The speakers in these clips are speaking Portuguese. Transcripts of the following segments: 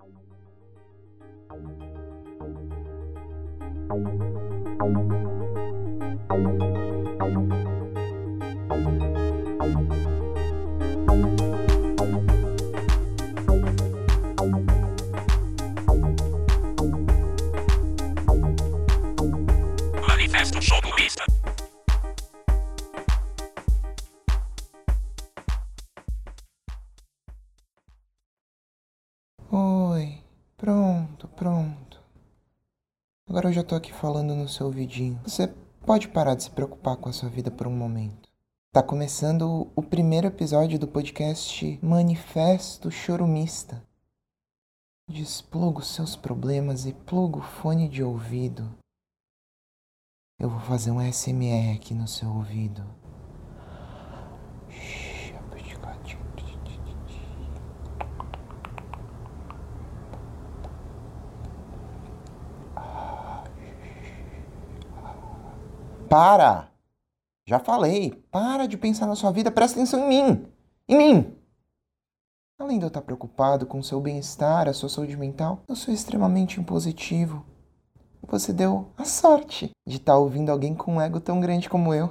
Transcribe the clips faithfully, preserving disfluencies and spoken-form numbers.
Manifesto Chocolista. Oi, pronto, pronto. Agora eu já tô aqui falando no seu ouvidinho. Você pode parar de se preocupar com a sua vida por um momento. Tá começando o primeiro episódio do podcast Manifesto Chorumista. Despluga os seus problemas e pluga o fone de ouvido. Eu vou fazer um A S M R aqui no seu ouvido. Para! Já falei, para de pensar na sua vida, presta atenção em mim! Em mim! Além de eu estar preocupado com o seu bem-estar, a sua saúde mental, eu sou extremamente impositivo. Você deu a sorte de estar ouvindo alguém com um ego tão grande como eu.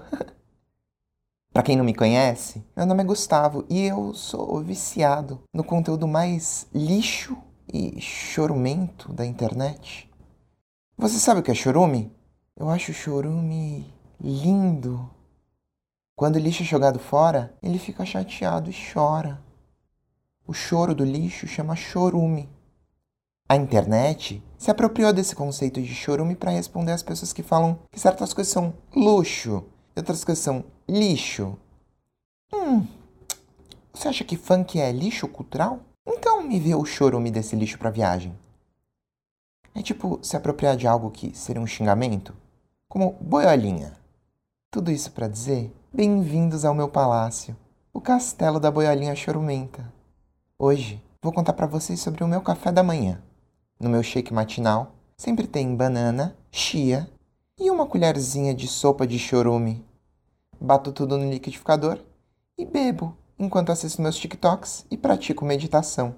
Pra quem não me conhece, meu nome é Gustavo e eu sou viciado no conteúdo mais lixo e chorumento da internet. Você sabe o que é chorume? Eu acho o chorume lindo. Quando o lixo é jogado fora, ele fica chateado e chora. O choro do lixo chama chorume. A internet se apropriou desse conceito de chorume para responder às pessoas que falam que certas coisas são luxo e outras coisas são lixo. Hum, você acha que funk é lixo cultural? Então me vê o chorume desse lixo pra viagem. É tipo se apropriar de algo que seria um xingamento, como boiolinha. Tudo isso pra dizer, bem-vindos ao meu palácio, o castelo da boiolinha chorumenta. Hoje vou contar pra vocês sobre o meu café da manhã. No meu shake matinal, sempre tem banana, chia e uma colherzinha de sopa de chorume. Bato tudo no liquidificador e bebo enquanto assisto meus TikToks e pratico meditação.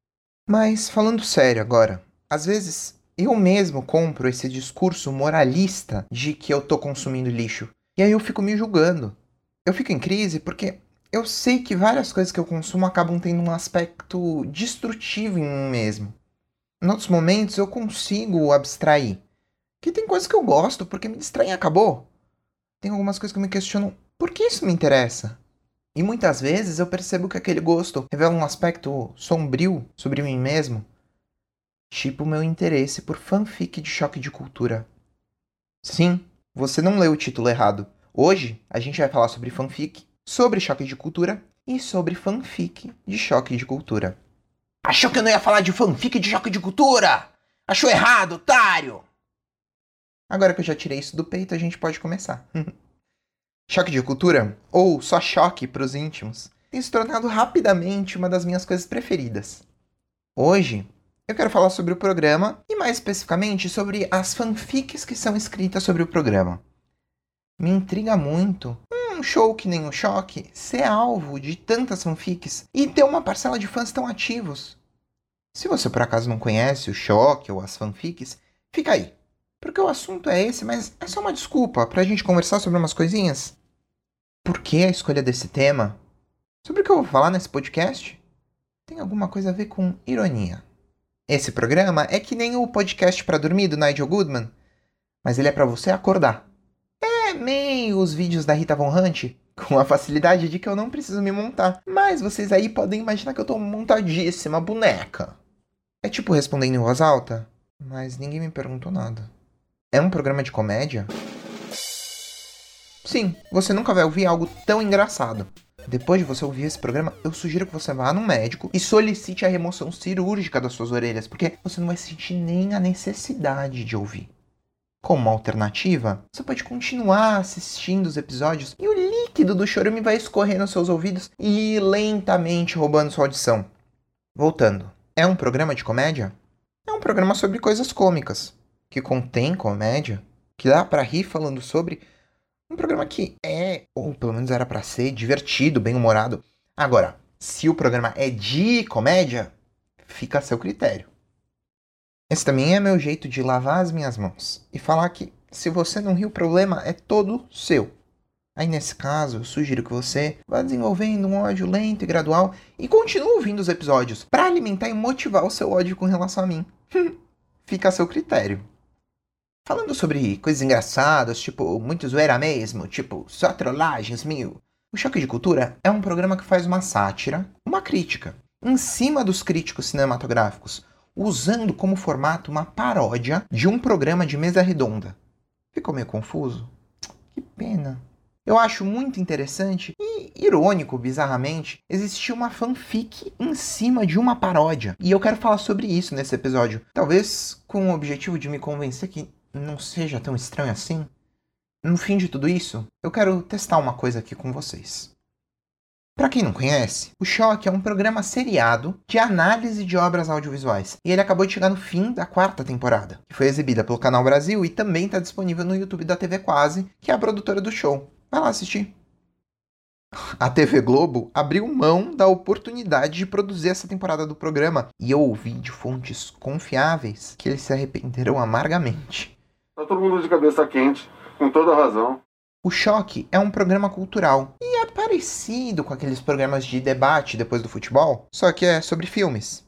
Mas falando sério agora, às vezes eu mesmo compro esse discurso moralista de que eu tô consumindo lixo. E aí eu fico me julgando. Eu fico em crise porque eu sei que várias coisas que eu consumo acabam tendo um aspecto destrutivo em mim mesmo. Em outros momentos eu consigo abstrair. Que tem coisas que eu gosto porque me distraem e acabou. Tem algumas coisas que eu me questiono, por que isso me interessa? E muitas vezes eu percebo que aquele gosto revela um aspecto sombrio sobre mim mesmo. Tipo o meu interesse por fanfic de choque de cultura. Sim, você não leu o título errado. Hoje a gente vai falar sobre fanfic, sobre choque de cultura e sobre fanfic de choque de cultura. Achou que eu não ia falar de fanfic de choque de cultura? Achou errado, otário! Agora que eu já tirei isso do peito, a gente pode começar. Choque de cultura, ou só choque para os íntimos, tem se tornado rapidamente uma das minhas coisas preferidas. Hoje, eu quero falar sobre o programa e mais especificamente sobre as fanfics que são escritas sobre o programa. Me intriga muito um show que nem o Choque ser alvo de tantas fanfics e ter uma parcela de fãs tão ativos. Se você por acaso não conhece o Choque ou as fanfics, fica aí. Porque o assunto é esse, mas é só uma desculpa pra gente conversar sobre umas coisinhas. Por que a escolha desse tema? Sobre o que eu vou falar nesse podcast? Tem alguma coisa a ver com ironia. Esse programa é que nem o podcast pra dormir do Nigel Goodman, mas ele é pra você acordar. É meio os vídeos da Rita Von Hunt, com a facilidade de que eu não preciso me montar, mas vocês aí podem imaginar que eu tô montadíssima, boneca. É tipo respondendo em voz alta, mas ninguém me perguntou nada. É um programa de comédia? Sim, você nunca vai ouvir algo tão engraçado. Depois de você ouvir esse programa, eu sugiro que você vá no médico e solicite a remoção cirúrgica das suas orelhas, porque você não vai sentir nem a necessidade de ouvir. Como uma alternativa, você pode continuar assistindo os episódios e o líquido do chorume vai escorrer nos seus ouvidos e ir lentamente roubando sua audição. Voltando, é um programa de comédia? É um programa sobre coisas cômicas, que contém comédia, que dá pra rir falando sobre... Um programa que é, ou pelo menos era pra ser, divertido, bem-humorado. Agora, se o programa é de comédia, fica a seu critério. Esse também é meu jeito de lavar as minhas mãos e falar que se você não rir, o problema é todo seu. Aí nesse caso, eu sugiro que você vá desenvolvendo um ódio lento e gradual e continue ouvindo os episódios para alimentar e motivar o seu ódio com relação a mim. Fica a seu critério. Falando sobre coisas engraçadas, tipo muito zoeira mesmo, tipo só trollagens mil, o Choque de Cultura é um programa que faz uma sátira, uma crítica, em cima dos críticos cinematográficos, usando como formato uma paródia de um programa de mesa redonda. Ficou meio confuso? Que pena. Eu acho muito interessante e irônico, bizarramente, existir uma fanfic em cima de uma paródia. E eu quero falar sobre isso nesse episódio. Talvez com o objetivo de me convencer que não seja tão estranho assim. No fim de tudo isso, eu quero testar uma coisa aqui com vocês. Pra quem não conhece, o Choque é um programa seriado de análise de obras audiovisuais. E ele acabou de chegar no fim da quarta temporada, que foi exibida pelo Canal Brasil e também está disponível no YouTube da T V Quase, que é a produtora do show. Vai lá assistir. A T V Globo abriu mão da oportunidade de produzir essa temporada do programa e eu ouvi de fontes confiáveis que eles se arrependeram amargamente. Tá todo mundo de cabeça quente, com toda razão. O Choque é um programa cultural e é parecido com aqueles programas de debate depois do futebol, só que é sobre filmes.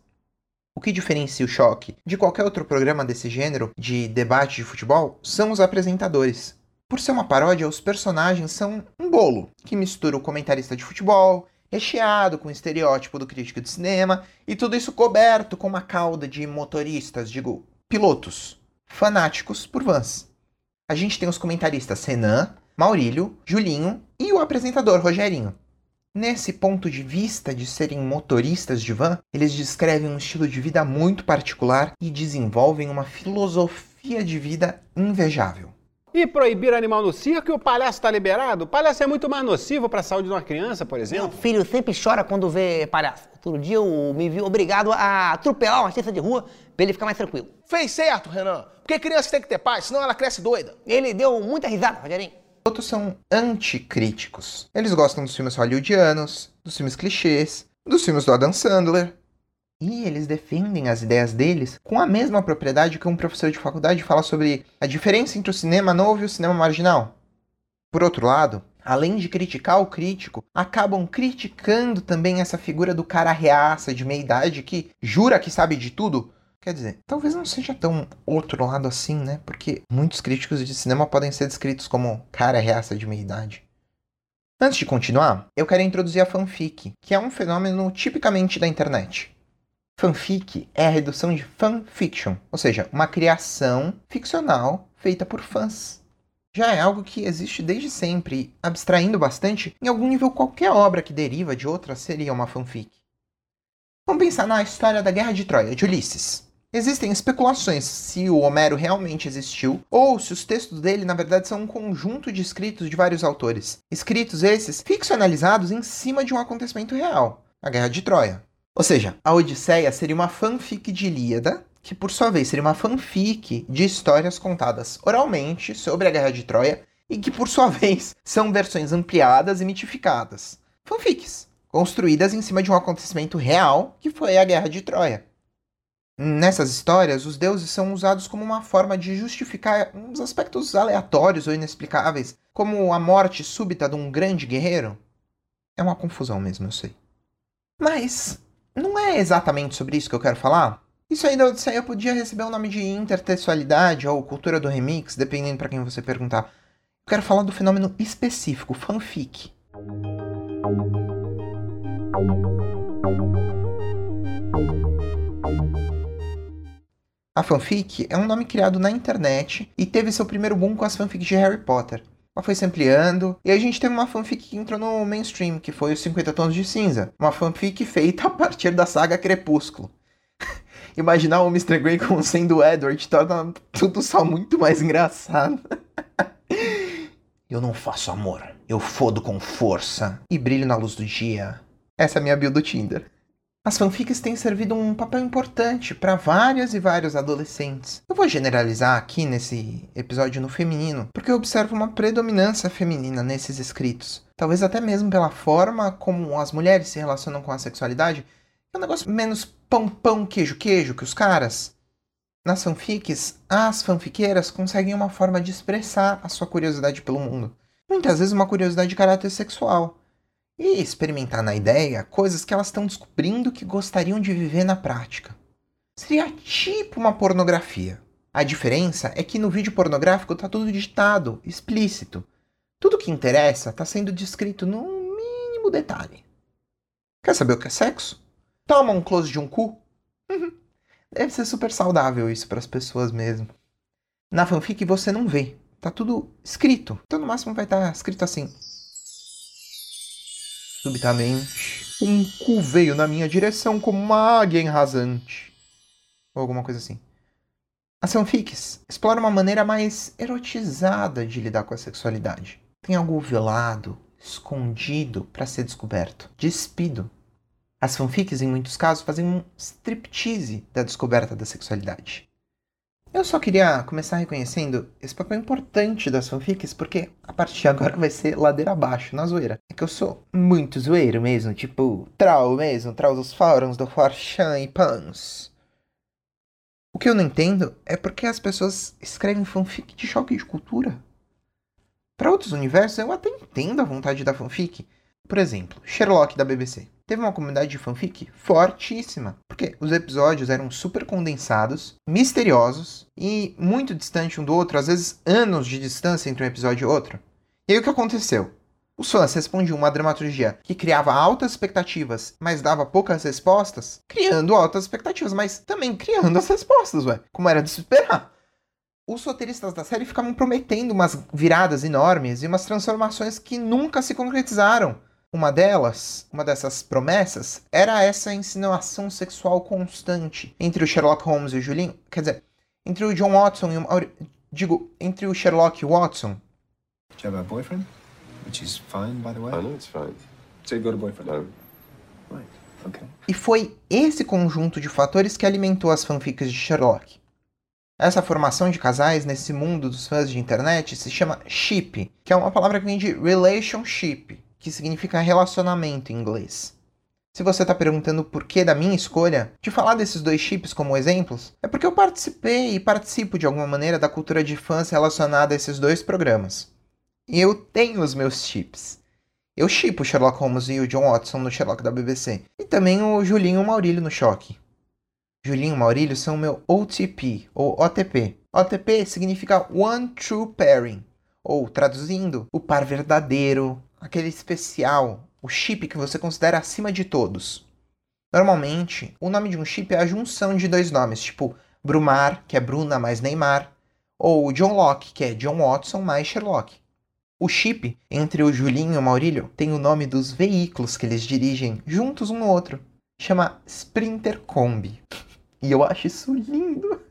O que diferencia o Choque de qualquer outro programa desse gênero de debate de futebol são os apresentadores. Por ser uma paródia, os personagens são um bolo que mistura o comentarista de futebol, recheado com o estereótipo do crítico de cinema, e tudo isso coberto com uma cauda de motoristas, digo, pilotos, fanáticos por vans. A gente tem os comentaristas Renan, Maurílio, Julinho e o apresentador Rogerinho. Nesse ponto de vista de serem motoristas de van, eles descrevem um estilo de vida muito particular e desenvolvem uma filosofia de vida invejável. E proibir animal no circo e o palhaço está liberado? O palhaço é muito mais nocivo para a saúde de uma criança, por exemplo? Meu filho sempre chora quando vê palhaço. Outro dia eu me vi obrigado a atropelar um artista de rua para ele ficar mais tranquilo. Fez certo, Renan. Porque criança tem que ter paz, senão ela cresce doida. Ele deu muita risada, Rogerinho. Outros são anticríticos. Eles gostam dos filmes hollywoodianos, dos filmes clichês, dos filmes do Adam Sandler. E eles defendem as ideias deles com a mesma propriedade que um professor de faculdade fala sobre a diferença entre o cinema novo e o cinema marginal. Por outro lado, além de criticar o crítico, acabam criticando também essa figura do cara reaça de meia-idade que jura que sabe de tudo. Quer dizer, talvez não seja tão outro lado assim, né? Porque muitos críticos de cinema podem ser descritos como cara reaça de meia-idade. Antes de continuar, eu quero introduzir a fanfic, que é um fenômeno tipicamente da internet. Fanfic é a redução de fanfiction, ou seja, uma criação ficcional feita por fãs. Já é algo que existe desde sempre e, abstraindo bastante, em algum nível qualquer obra que deriva de outra seria uma fanfic. Vamos pensar na história da Guerra de Troia, de Ulisses. Existem especulações se o Homero realmente existiu, ou se os textos dele na verdade são um conjunto de escritos de vários autores. Escritos esses ficcionalizados em cima de um acontecimento real, a Guerra de Troia. Ou seja, a Odisseia seria uma fanfic de Ilíada, que por sua vez seria uma fanfic de histórias contadas oralmente sobre a Guerra de Troia, e que por sua vez são versões ampliadas e mitificadas. Fanfics, construídas em cima de um acontecimento real, que foi a Guerra de Troia. Nessas histórias, os deuses são usados como uma forma de justificar uns aspectos aleatórios ou inexplicáveis, como a morte súbita de um grande guerreiro. É uma confusão mesmo, eu sei. Mas não é exatamente sobre isso que eu quero falar. Isso aí da Odisseia podia receber o nome de intertextualidade ou cultura do remix, dependendo para quem você perguntar. Eu quero falar do fenômeno específico, fanfic. A fanfic é um nome criado na internet e teve seu primeiro boom com as fanfics de Harry Potter. Ela foi se ampliando, e a gente teve uma fanfic que entrou no mainstream, que foi os cinquenta Tons de Cinza. Uma fanfic feita a partir da saga Crepúsculo. Imaginar o mister Grey como sendo o Edward torna tudo só muito mais engraçado. Eu não faço amor, eu fodo com força e brilho na luz do dia. Essa é a minha bio do Tinder. As fanfics têm servido um papel importante para várias e vários adolescentes. Eu vou generalizar aqui nesse episódio no feminino, porque eu observo uma predominância feminina nesses escritos. Talvez até mesmo pela forma como as mulheres se relacionam com a sexualidade. É um negócio menos pão, pão, queijo, queijo que os caras. Nas fanfics, as fanfiqueiras conseguem uma forma de expressar a sua curiosidade pelo mundo. Muitas vezes uma curiosidade de caráter sexual. E experimentar na ideia coisas que elas estão descobrindo que gostariam de viver na prática. Seria tipo uma pornografia. A diferença é que no vídeo pornográfico está tudo digitado, explícito. Tudo que interessa está sendo descrito no mínimo detalhe. Quer saber o que é sexo? Toma um close de um cu? Deve ser super saudável isso para as pessoas mesmo. Na fanfic você não vê. Tá tudo escrito. Então no máximo vai estar escrito assim. Subitamente, um cu veio na minha direção como uma águia enrasante. Ou alguma coisa assim. As fanfics exploram uma maneira mais erotizada de lidar com a sexualidade. Tem algo velado, escondido para ser descoberto, despido. As fanfics, em muitos casos, fazem um striptease da descoberta da sexualidade. Eu só queria começar reconhecendo esse papel importante das fanfics, porque a partir de agora vai ser ladeira abaixo, na zoeira. É que eu sou muito zoeiro mesmo, tipo, troll mesmo, troll dos fóruns do quatro chan e pans. O que eu não entendo é porque as pessoas escrevem fanfic de choque de cultura. Para outros universos, eu até entendo a vontade da fanfic. Por exemplo, Sherlock da B B C. Teve uma comunidade de fanfic fortíssima, porque os episódios eram super condensados, misteriosos e muito distantes um do outro, às vezes anos de distância entre um episódio e outro. E aí o que aconteceu? Os fãs respondiam uma dramaturgia que criava altas expectativas, mas dava poucas respostas, criando altas expectativas, mas também criando as respostas, ué, como era de se esperar. Os roteiristas da série ficavam prometendo umas viradas enormes e umas transformações que nunca se concretizaram. Uma delas, uma dessas promessas, era essa insinuação sexual constante entre o Sherlock Holmes e o Julinho. Quer dizer, entre o John Watson e o Mauri... Digo, entre o Sherlock e o Watson. Do you have a boyfriend? Which is fine, by the way. I know it's fine. So you got a boyfriend? No. Right, okay. E foi esse conjunto de fatores que alimentou as fanfics de Sherlock. Essa formação de casais nesse mundo dos fãs de internet se chama ship, que é uma palavra que vem de relationship, que significa relacionamento em inglês. Se você está perguntando o porquê da minha escolha de falar desses dois chips como exemplos, é porque eu participei e participo de alguma maneira da cultura de fãs relacionada a esses dois programas. E eu tenho os meus chips. Eu shippo o Sherlock Holmes e o John Watson no Sherlock da B B C, e também o Julinho e o Maurílio no Choque. Julinho e Maurílio são meu O T P, ou O T P. O T P significa One True Pairing, ou, traduzindo, o par verdadeiro, aquele especial, o chip que você considera acima de todos. Normalmente, o nome de um chip é a junção de dois nomes, tipo Brumar, que é Bruna mais Neymar, ou John Locke, que é John Watson mais Sherlock. O chip entre o Julinho e o Maurílio tem o nome dos veículos que eles dirigem juntos um no outro. Chama Sprinter Kombi. E eu acho isso lindo.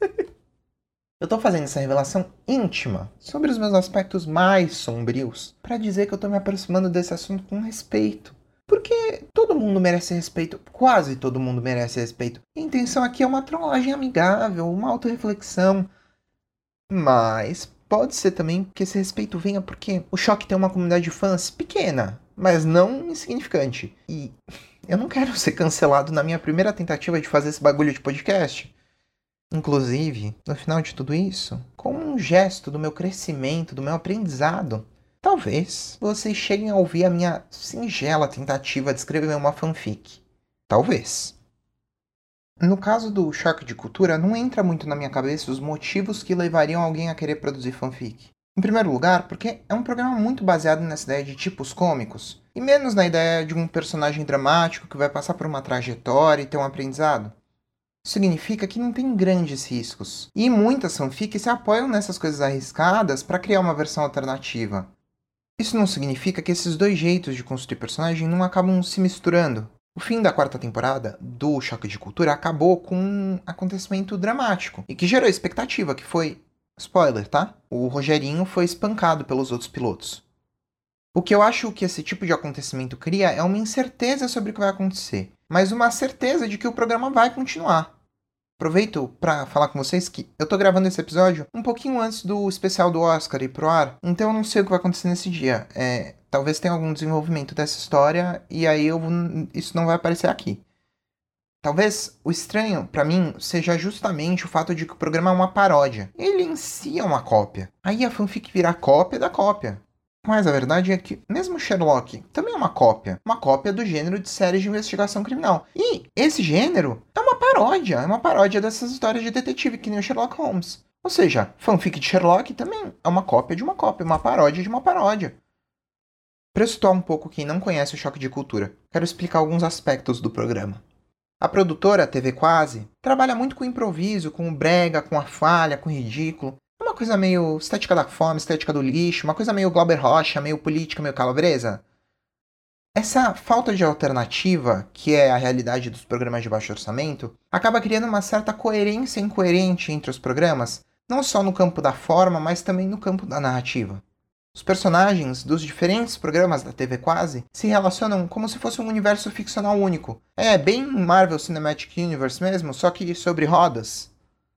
Eu tô fazendo essa revelação íntima sobre os meus aspectos mais sombrios para dizer que eu tô me aproximando desse assunto com respeito. Porque todo mundo merece respeito, quase todo mundo merece respeito. A intenção aqui é uma trollagem amigável, uma autorreflexão. Mas pode ser também que esse respeito venha porque o Choque tem uma comunidade de fãs pequena, mas não insignificante. E eu não quero ser cancelado na minha primeira tentativa de fazer esse bagulho de podcast. Inclusive, no final de tudo isso, como um gesto do meu crescimento, do meu aprendizado, talvez vocês cheguem a ouvir a minha singela tentativa de escrever uma fanfic. Talvez. No caso do Choque de Cultura, não entra muito na minha cabeça os motivos que levariam alguém a querer produzir fanfic. Em primeiro lugar, porque é um programa muito baseado nessa ideia de tipos cômicos, e menos na ideia de um personagem dramático que vai passar por uma trajetória e ter um aprendizado. Isso significa que não tem grandes riscos, e muitas fanfics se apoiam nessas coisas arriscadas para criar uma versão alternativa. Isso não significa que esses dois jeitos de construir personagem não acabam se misturando. O fim da quarta temporada do Choque de Cultura acabou com um acontecimento dramático, e que gerou expectativa, que foi... Spoiler, tá? O Rogerinho foi espancado pelos outros pilotos. O que eu acho que esse tipo de acontecimento cria é uma incerteza sobre o que vai acontecer, mas uma certeza de que o programa vai continuar. Aproveito para falar com vocês que eu tô gravando esse episódio um pouquinho antes do especial do Oscar ir pro ar, então eu não sei o que vai acontecer nesse dia. É, talvez tenha algum desenvolvimento dessa história e aí eu, isso não vai aparecer aqui. Talvez o estranho, pra mim, seja justamente o fato de que o programa é uma paródia. Ele em si é uma cópia. Aí a fanfic vira cópia da cópia. Mas a verdade é que, mesmo Sherlock também é uma cópia. Uma cópia do gênero de séries de investigação criminal. E esse gênero é uma paródia. É uma paródia dessas histórias de detetive, que nem o Sherlock Holmes. Ou seja, fanfic de Sherlock também é uma cópia de uma cópia. Uma paródia de uma paródia. Para situar um pouco quem não conhece o Choque de Cultura, quero explicar alguns aspectos do programa. A produtora, T V Quase, trabalha muito com improviso, com o brega, com a falha, com o ridículo. É uma coisa meio estética da fome, estética do lixo, uma coisa meio Glauber Rocha, meio política, meio calabresa. Essa falta de alternativa, que é a realidade dos programas de baixo orçamento, acaba criando uma certa coerência incoerente entre os programas, não só no campo da forma, mas também no campo da narrativa. Os personagens dos diferentes programas da T V Quase se relacionam como se fosse um universo ficcional único. É bem Marvel Cinematic Universe mesmo, só que sobre rodas.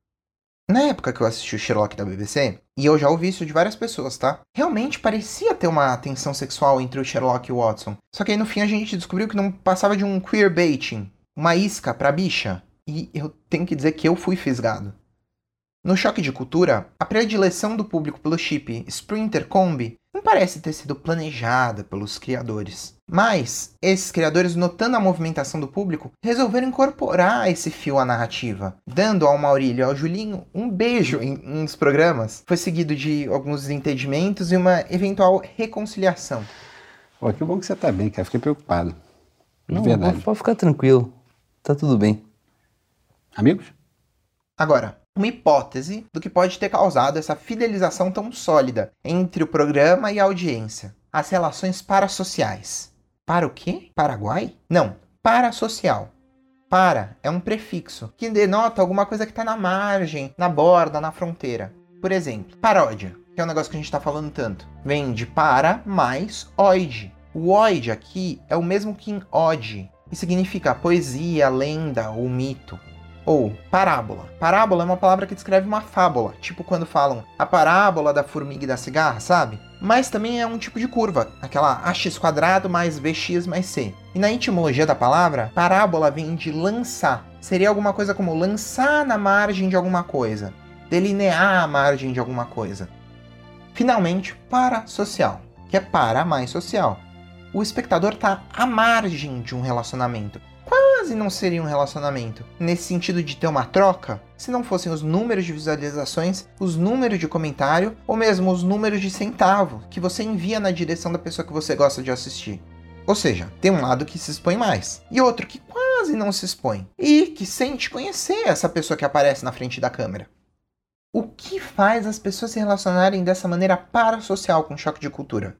Na época que eu assisti o Sherlock da B B C, e eu já ouvi isso de várias pessoas, tá? Realmente parecia ter uma tensão sexual entre o Sherlock e o Watson. Só que aí no fim a gente descobriu que não passava de um queerbaiting, uma isca pra bicha. E eu tenho que dizer que eu fui fisgado. No Choque de Cultura, a predileção do público pelo chip Sprinter-Combi não parece ter sido planejada pelos criadores. Mas, esses criadores, notando a movimentação do público, resolveram incorporar esse fio à narrativa, dando ao Maurílio e ao Julinho um beijo em um dos programas. Foi seguido de alguns desentendimentos e uma eventual reconciliação. Pô, que bom que você tá bem, cara. Fiquei preocupado. De Não, verdade. pode ficar tranquilo. Tá tudo bem. Amigos? Agora, uma hipótese do que pode ter causado essa fidelização tão sólida entre o programa e a audiência. As relações parasociais. Para o quê? Paraguai? Não, parasocial. Para é um prefixo que denota alguma coisa que está na margem, na borda, na fronteira. Por exemplo, paródia, que é um negócio que a gente está falando tanto. Vem de para mais oide. O oide aqui é o mesmo que em ode, e significa poesia, lenda ou mito. Ou parábola. Parábola é uma palavra que descreve uma fábula, tipo quando falam a parábola da formiga e da cigarra, sabe? Mas também é um tipo de curva, aquela ax quadrado mais bx mais c. E na etimologia da palavra, parábola vem de lançar. Seria alguma coisa como lançar na margem de alguma coisa, delinear a margem de alguma coisa. Finalmente, parasocial, que é para mais social. O espectador está à margem de um relacionamento. Quase não seria um relacionamento, nesse sentido de ter uma troca, se não fossem os números de visualizações, os números de comentário, ou mesmo os números de centavo que você envia na direção da pessoa que você gosta de assistir. Ou seja, tem um lado que se expõe mais, e outro que quase não se expõe, e que sente conhecer essa pessoa que aparece na frente da câmera. O que faz as pessoas se relacionarem dessa maneira parasocial com Choque de Cultura?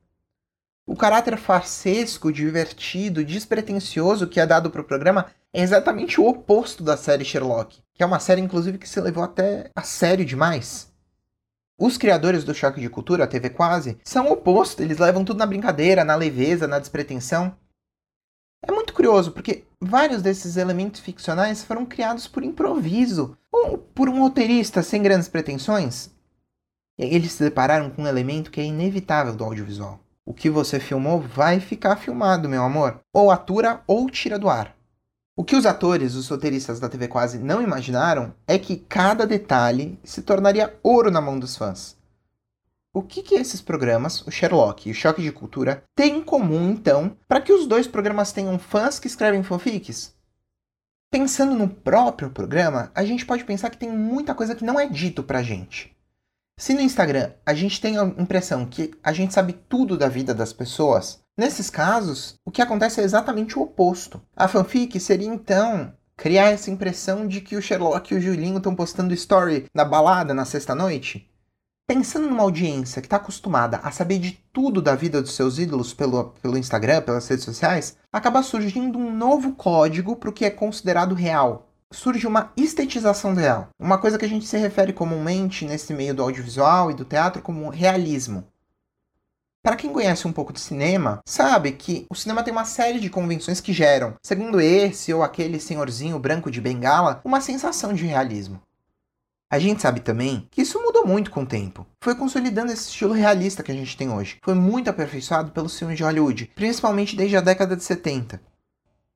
O caráter farsesco, divertido, despretensioso que é dado para o programa é exatamente o oposto da série Sherlock, que é uma série inclusive que se levou até a sério demais. Os criadores do Choque de Cultura, a T V Quase, são o oposto, eles levam tudo na brincadeira, na leveza, na despretensão. É muito curioso, porque vários desses elementos ficcionais foram criados por improviso, ou por um roteirista sem grandes pretensões. E aí eles se depararam com um elemento que é inevitável do audiovisual. O que você filmou vai ficar filmado, meu amor. Ou atura ou tira do ar. O que os atores, os roteiristas da T V Quase não imaginaram é que cada detalhe se tornaria ouro na mão dos fãs. O que, que esses programas, o Sherlock e o Choque de Cultura, têm em comum, então, para que os dois programas tenham fãs que escrevem fanfics? Pensando no próprio programa, a gente pode pensar que tem muita coisa que não é dito pra gente. Se no Instagram a gente tem a impressão que a gente sabe tudo da vida das pessoas, nesses casos, o que acontece é exatamente o oposto. A fanfic seria, então, criar essa impressão de que o Sherlock e o Julinho estão postando story na balada na sexta-noite. Pensando numa audiência que está acostumada a saber de tudo da vida dos seus ídolos pelo, pelo Instagram, pelas redes sociais, acaba surgindo um novo código para o que é considerado real. Surge uma estetização real, uma coisa que a gente se refere comumente nesse meio do audiovisual e do teatro como realismo. Para quem conhece um pouco de cinema, sabe que o cinema tem uma série de convenções que geram, segundo esse ou aquele senhorzinho branco de bengala, uma sensação de realismo. A gente sabe também que isso mudou muito com o tempo. Foi consolidando esse estilo realista que a gente tem hoje. Foi muito aperfeiçoado pelos filmes de Hollywood, principalmente desde a década de setenta.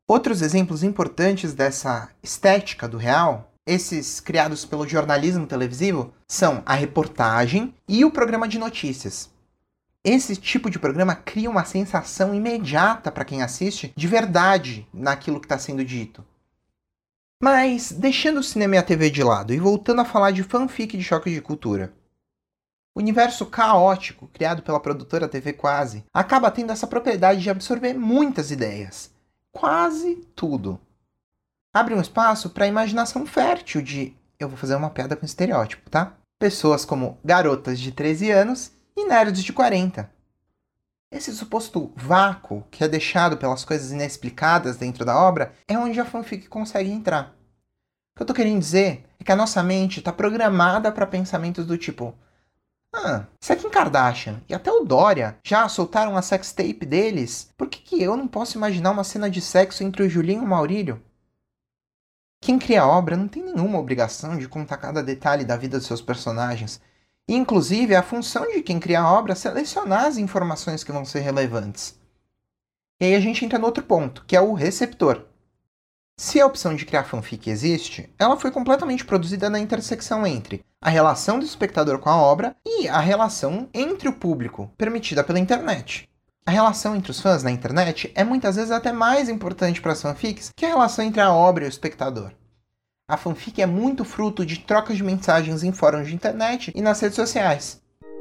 Outros exemplos importantes dessa estética do real, esses criados pelo jornalismo televisivo, são a reportagem e o programa de notícias. Esse tipo de programa cria uma sensação imediata para quem assiste de verdade naquilo que está sendo dito. Mas, deixando o cinema e a T V de lado e voltando a falar de fanfic de Choque de Cultura, o universo caótico criado pela produtora T V Quase acaba tendo essa propriedade de absorver muitas ideias. Quase tudo. Abre um espaço para a imaginação fértil de... Eu vou fazer uma piada com estereótipo, tá? Pessoas como garotas de treze anos e nerds de quarenta. Esse suposto vácuo que é deixado pelas coisas inexplicadas dentro da obra é onde a fanfic consegue entrar. O que eu tô querendo dizer é que a nossa mente está programada para pensamentos do tipo: ah, se a Kim Kardashian e até o Dória já soltaram a sextape deles, por que, que eu não posso imaginar uma cena de sexo entre o Julinho e o Maurílio? Quem cria a obra não tem nenhuma obrigação de contar cada detalhe da vida dos seus personagens. E, inclusive, é a função de quem cria a obra selecionar as informações que vão ser relevantes. E aí a gente entra no outro ponto, que é o receptor. Se a opção de criar fanfic existe, ela foi completamente produzida na intersecção entre a relação do espectador com a obra e a relação entre o público, permitida pela internet. A relação entre os fãs na internet é muitas vezes até mais importante para as fanfics que a relação entre a obra e o espectador. A fanfic é muito fruto de trocas de mensagens em fóruns de internet e nas redes sociais.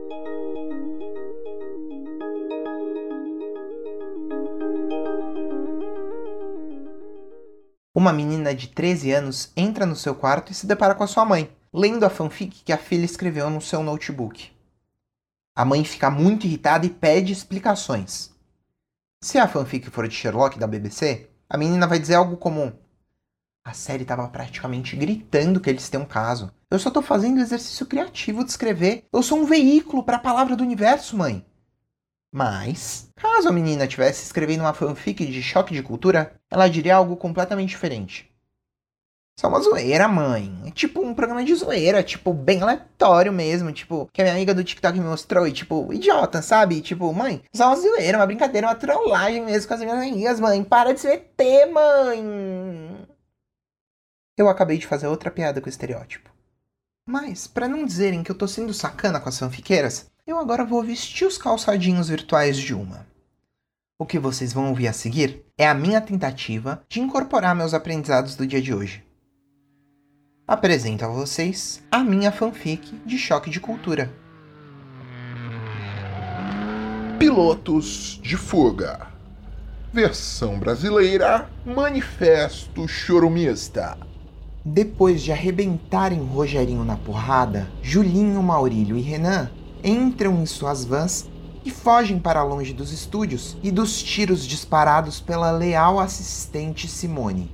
Uma menina de treze anos entra no seu quarto e se depara com a sua mãe, lendo a fanfic que a filha escreveu no seu notebook. A mãe fica muito irritada e pede explicações. Se a fanfic for de Sherlock da B B C, a menina vai dizer algo como: a série estava praticamente gritando que eles têm um caso. Eu só tô fazendo o exercício criativo de escrever. Eu sou um veículo para a palavra do universo, mãe. Mas, caso a menina estivesse escrevendo uma fanfic de Choque de Cultura, ela diria algo completamente diferente. Isso é uma zoeira, mãe. É tipo um programa de zoeira, tipo, bem aleatório mesmo, tipo, que a minha amiga do TikTok me mostrou, e tipo, idiota, sabe? Tipo, mãe, isso é uma zoeira, uma brincadeira, uma trollagem mesmo com as minhas amigas, mãe. Para de se meter, mãe. Eu acabei de fazer outra piada com o estereótipo. Mas, pra não dizerem que eu tô sendo sacana com as fanfiqueiras, eu agora vou vestir os calçadinhos virtuais de uma. O que vocês vão ouvir a seguir é a minha tentativa de incorporar meus aprendizados do dia de hoje. Apresento a vocês a minha fanfic de Choque de Cultura. Pilotos de Fuga. Versão brasileira, Manifesto Chorumista. Depois de arrebentarem Rogerinho na porrada, Julinho, Maurílio e Renan entram em suas vans e fogem para longe dos estúdios e dos tiros disparados pela leal assistente Simone.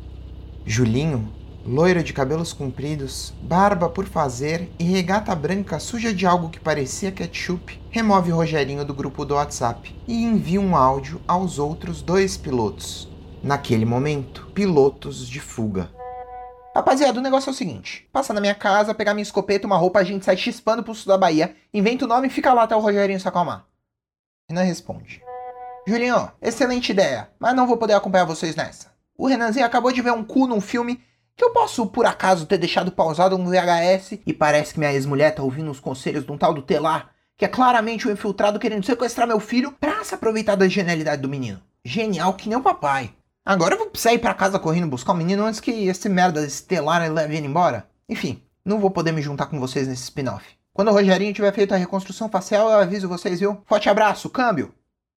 Julinho, loiro de cabelos compridos, barba por fazer e regata branca suja de algo que parecia ketchup, remove Rogerinho do grupo do WhatsApp e envia um áudio aos outros dois pilotos. Naquele momento, pilotos de fuga. Rapaziada, o negócio é o seguinte: passa na minha casa, pegar minha escopeta, uma roupa, a gente sai chispando pro sul da Bahia, inventa o nome e fica lá até o Rogerinho se acalmar. Renan responde: Julinho, excelente ideia, mas não vou poder acompanhar vocês nessa. O Renanzinho acabou de ver um cu num filme que eu posso, por acaso, ter deixado pausado no V H S e parece que minha ex-mulher tá ouvindo os conselhos de um tal do Telar, que é claramente um infiltrado querendo sequestrar meu filho pra se aproveitar da genialidade do menino. Genial que nem o papai. Agora eu vou precisar ir pra casa correndo buscar o menino antes que esse merda desse Telar leve ele embora. Enfim, não vou poder me juntar com vocês nesse spin-off. Quando o Rogerinho tiver feito a reconstrução facial, eu aviso vocês, viu? Forte abraço, câmbio!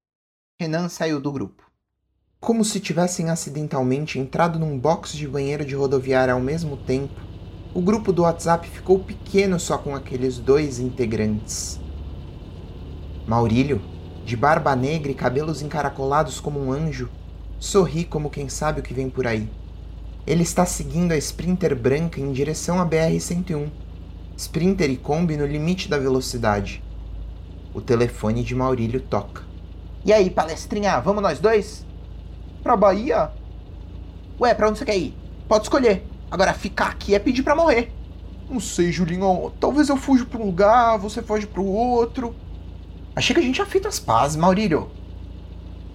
Renan saiu do grupo. Como se tivessem acidentalmente entrado num box de banheiro de rodoviária ao mesmo tempo, o grupo do WhatsApp ficou pequeno só com aqueles dois integrantes. Maurílio, de barba negra e cabelos encaracolados como um anjo, sorri como quem sabe o que vem por aí. Ele está seguindo a Sprinter branca em direção à B R cento e um. Sprinter e Kombi no limite da velocidade. O telefone de Maurílio toca. E aí, palestrinha, vamos nós dois? Pra Bahia? Ué, pra onde você quer ir? Pode escolher. Agora, ficar aqui é pedir pra morrer. Não sei, Julinho. Talvez eu fuja pra um lugar, você foge pro outro. Achei que a gente já fez as pazes, Maurílio.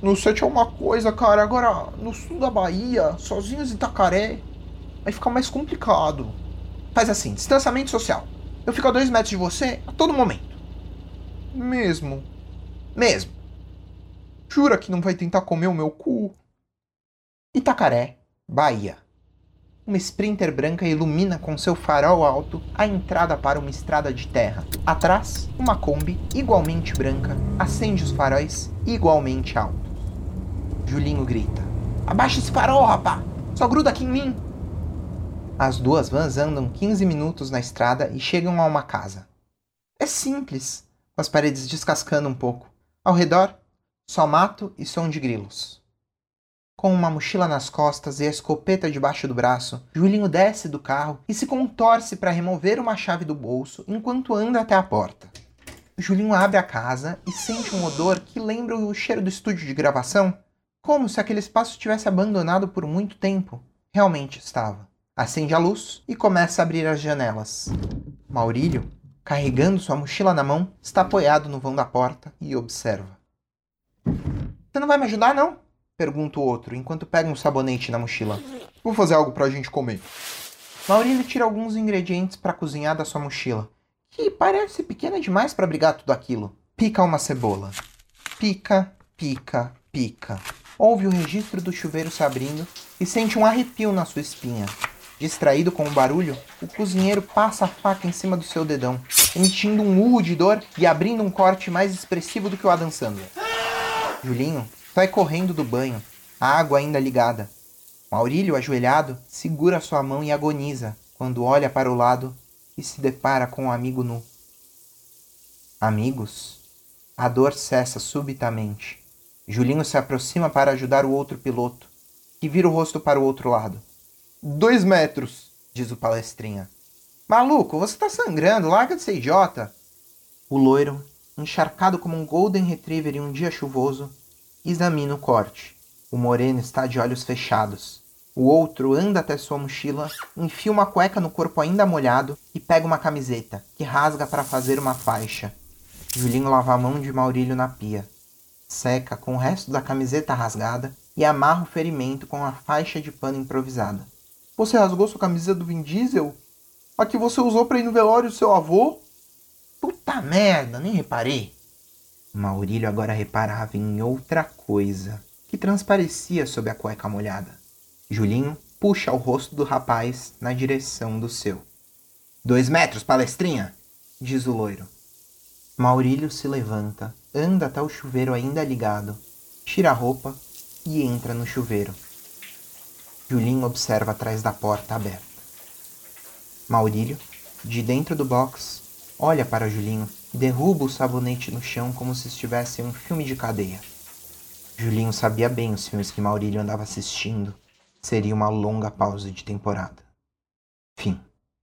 No set é uma coisa, cara. Agora, no sul da Bahia, sozinhos em Itacaré, vai ficar mais complicado. Faz assim, distanciamento social. Eu fico a dois metros de você a todo momento. Mesmo? Mesmo. Jura que não vai tentar comer o meu cu? Itacaré, Bahia. Uma Sprinter branca ilumina com seu farol alto a entrada para uma estrada de terra. Atrás, uma Kombi, igualmente branca, acende os faróis igualmente altos. Julinho grita: abaixa esse farol, rapá! Só gruda aqui em mim! As duas vans andam quinze minutos na estrada e chegam a uma casa. É simples, com as paredes descascando um pouco. Ao redor, só mato e som de grilos. Com uma mochila nas costas e a escopeta debaixo do braço, Julinho desce do carro e se contorce para remover uma chave do bolso enquanto anda até a porta. Julinho abre a casa e sente um odor que lembra o cheiro do estúdio de gravação, como se aquele espaço tivesse abandonado por muito tempo. Realmente estava. Acende a luz e começa a abrir as janelas. Maurílio, carregando sua mochila na mão, está apoiado no vão da porta e observa. Você não vai me ajudar, não? Pergunta o outro, enquanto pega um sabonete na mochila. Vou fazer algo pra gente comer. Maurílio tira alguns ingredientes para cozinhar da sua mochila, que parece pequena demais para abrigar tudo aquilo. Pica uma cebola. Pica, pica, pica. Ouve o registro do chuveiro se abrindo e sente um arrepio na sua espinha. Distraído com o barulho, o cozinheiro passa a faca em cima do seu dedão, emitindo um urro de dor e abrindo um corte mais expressivo do que o Adam Sandler. Julinho sai correndo do banho, a água ainda ligada. Maurílio, ajoelhado, segura sua mão e agoniza quando olha para o lado e se depara com um amigo nu. Amigos? A dor cessa subitamente. Julinho se aproxima para ajudar o outro piloto, que vira o rosto para o outro lado. Dois metros, diz o palestrinha. Maluco, você tá sangrando, larga de ser idiota. O loiro, encharcado como um Golden Retriever em um dia chuvoso, examina o corte. O moreno está de olhos fechados. O outro anda até sua mochila, enfia uma cueca no corpo ainda molhado e pega uma camiseta, que rasga para fazer uma faixa. Julinho lava a mão de Maurílio na pia. Seca com o resto da camiseta rasgada e amarra o ferimento com a faixa de pano improvisada. Você rasgou sua camisa do Vin Diesel? A que você usou para ir no velório do seu avô? Puta merda, nem reparei. Maurílio agora reparava em outra coisa, que transparecia sob a cueca molhada. Julinho puxa o rosto do rapaz na direção do seu. Dois metros, palestrinha, diz o loiro. Maurílio se levanta, anda até o chuveiro ainda ligado, tira a roupa e entra no chuveiro. Julinho observa atrás da porta aberta. Maurílio, de dentro do box, olha para Julinho e derruba o sabonete no chão como se estivesse em um filme de cadeia. Julinho sabia bem os filmes que Maurílio andava assistindo. Seria uma longa pausa de temporada. Fim.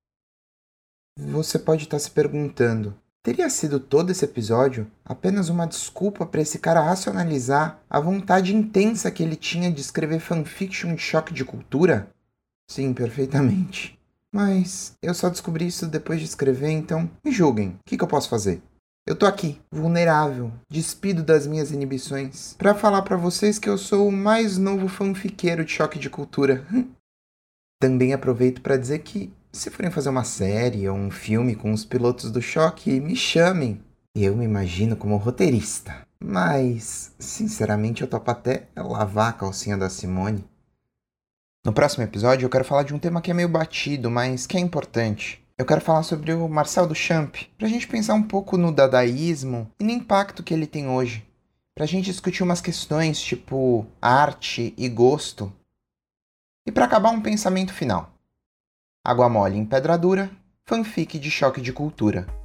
Você pode estar se perguntando, teria sido todo esse episódio apenas uma desculpa para esse cara racionalizar a vontade intensa que ele tinha de escrever fanfiction de choque de cultura? Sim, perfeitamente. Mas eu só descobri isso depois de escrever, então me julguem. O que, que eu posso fazer? Eu tô aqui, vulnerável, despido das minhas inibições, pra falar pra vocês que eu sou o mais novo fanfiqueiro de choque de cultura. Também aproveito pra dizer que, se forem fazer uma série ou um filme com os pilotos do choque, me chamem. Eu me imagino como roteirista. Mas, sinceramente, eu topo até lavar a calcinha da Simone. No próximo episódio eu quero falar de um tema que é meio batido, mas que é importante. Eu quero falar sobre o Marcel Duchamp, pra gente pensar um pouco no dadaísmo e no impacto que ele tem hoje. Pra gente discutir umas questões tipo arte e gosto. E pra acabar um pensamento final. Água mole em pedra dura, fanfic de choque de cultura.